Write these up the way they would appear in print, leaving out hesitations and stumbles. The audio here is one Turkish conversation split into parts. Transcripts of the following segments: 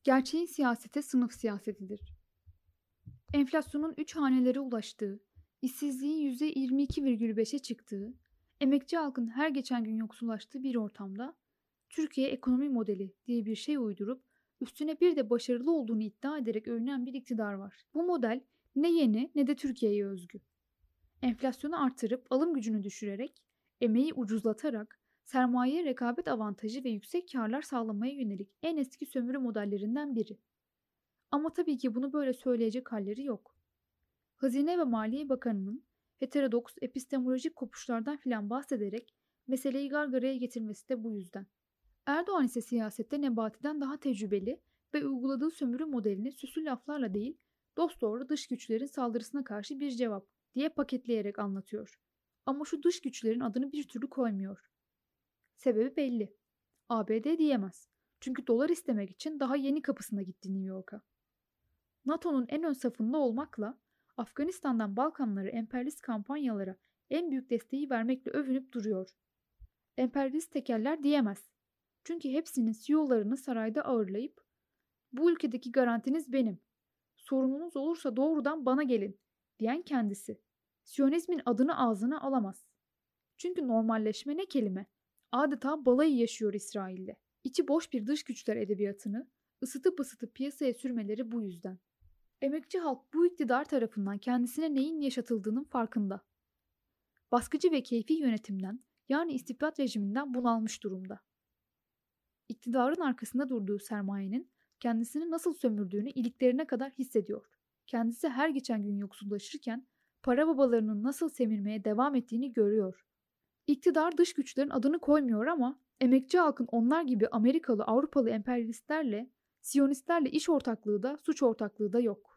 Gerçeğin siyaseti sınıf siyasetidir. Enflasyonun 3 hanelere ulaştığı, işsizliğin %22,5'e çıktığı, emekçi halkın her geçen gün yoksullaştığı bir ortamda Türkiye ekonomi modeli diye bir şey uydurup üstüne bir de başarılı olduğunu iddia ederek övünen bir iktidar var. Bu model ne yeni ne de Türkiye'ye özgü. Enflasyonu artırıp alım gücünü düşürerek, emeği ucuzlatarak, sermayeye rekabet avantajı ve yüksek karlar sağlamaya yönelik en eski sömürü modellerinden biri. Ama tabii ki bunu böyle söyleyecek halleri yok. Hazine ve Maliye Bakanı'nın heterodoks epistemolojik kopuşlardan filan bahsederek meseleyi gargaraya getirmesi de bu yüzden. Erdoğan ise siyasette Nebati'den daha tecrübeli ve uyguladığı sömürü modelini süslü laflarla değil, dosdoğru dış güçlerin saldırısına karşı bir cevap diye paketleyerek anlatıyor. Ama şu dış güçlerin adını bir türlü koymuyor. Sebebi belli. ABD diyemez. Çünkü dolar istemek için daha yeni kapısına gitti New York'a. NATO'nun en ön safında olmakla Afganistan'dan Balkanlara emperyalist kampanyalara en büyük desteği vermekle övünüp duruyor. Emperyalist tekeller diyemez. Çünkü hepsinin CEO'larını sarayda ağırlayıp bu ülkedeki garantiniz benim. Sorununuz olursa doğrudan bana gelin diyen kendisi. Siyonizmin adını ağzına alamaz. Çünkü normalleşme ne kelime? Adeta balayı yaşıyor İsrail'de. İçi boş bir dış güçler edebiyatını ısıtıp piyasaya sürmeleri bu yüzden. Emekçi halk bu iktidar tarafından kendisine neyin yaşatıldığının farkında. Baskıcı ve keyfi yönetimden yani istibdat rejiminden bunalmış durumda. İktidarın arkasında durduğu sermayenin kendisini nasıl sömürdüğünü iliklerine kadar hissediyor. Kendisi her geçen gün yoksullaşırken para babalarının nasıl semirmeye devam ettiğini görüyor. İktidar dış güçlerin adını koymuyor ama emekçi halkın onlar gibi Amerikalı, Avrupalı emperyalistlerle, Siyonistlerle iş ortaklığı da, suç ortaklığı da yok.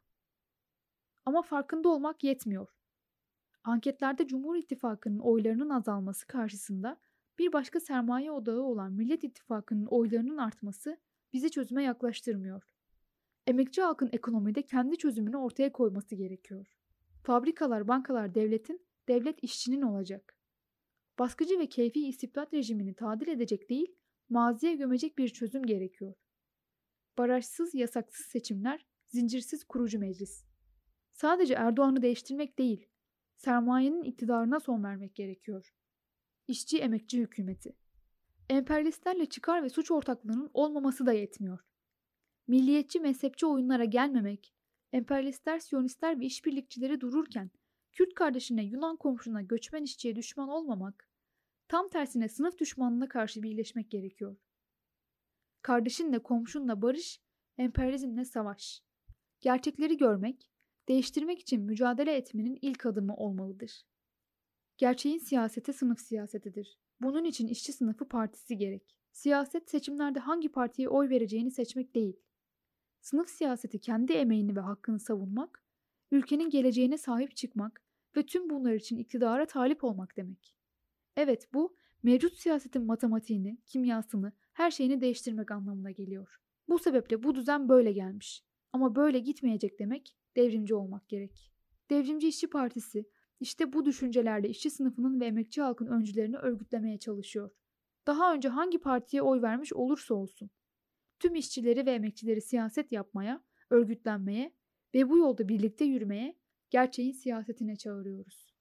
Ama farkında olmak yetmiyor. Anketlerde Cumhur İttifakı'nın oylarının azalması karşısında bir başka sermaye odağı olan Millet İttifakı'nın oylarının artması bizi çözüme yaklaştırmıyor. Emekçi halkın ekonomide kendi çözümünü ortaya koyması gerekiyor. Fabrikalar, bankalar devletin, devlet işçinin olacak. Baskıcı ve keyfi istibdat rejimini tadil edecek değil, maziye gömecek bir çözüm gerekiyor. Barajsız, yasaksız seçimler, zincirsiz kurucu meclis. Sadece Erdoğan'ı değiştirmek değil, sermayenin iktidarına son vermek gerekiyor. İşçi emekçi hükümeti. Emperyalistlerle çıkar ve suç ortaklığının olmaması da yetmiyor. Milliyetçi mezhepçi oyunlara gelmemek, emperyalistler, siyonistler ve işbirlikçileri dururken Kürt kardeşine, Yunan komşuna, göçmen işçiye düşman olmamak, tam tersine sınıf düşmanına karşı birleşmek gerekiyor. Kardeşinle, komşunla barış, emperyalizmle savaş. Gerçekleri görmek, değiştirmek için mücadele etmenin ilk adımı olmalıdır. Gerçeğin siyaseti sınıf siyasetidir. Bunun için işçi sınıfı partisi gerek. Siyaset seçimlerde hangi partiye oy vereceğini seçmek değil. Sınıf siyaseti kendi emeğini ve hakkını savunmak, ülkenin geleceğine sahip çıkmak ve tüm bunlar için iktidara talip olmak demek. Evet, bu mevcut siyasetin matematiğini, kimyasını, her şeyini değiştirmek anlamına geliyor. Bu sebeple bu düzen böyle gelmiş. Ama böyle gitmeyecek demek devrimci olmak gerek. Devrimci İşçi Partisi işte bu düşüncelerle işçi sınıfının ve emekçi halkın öncülerini örgütlemeye çalışıyor. Daha önce hangi partiye oy vermiş olursa olsun. Tüm işçileri ve emekçileri siyaset yapmaya, örgütlenmeye ve bu yolda birlikte yürümeye, gerçeğin siyasetine çağırıyoruz.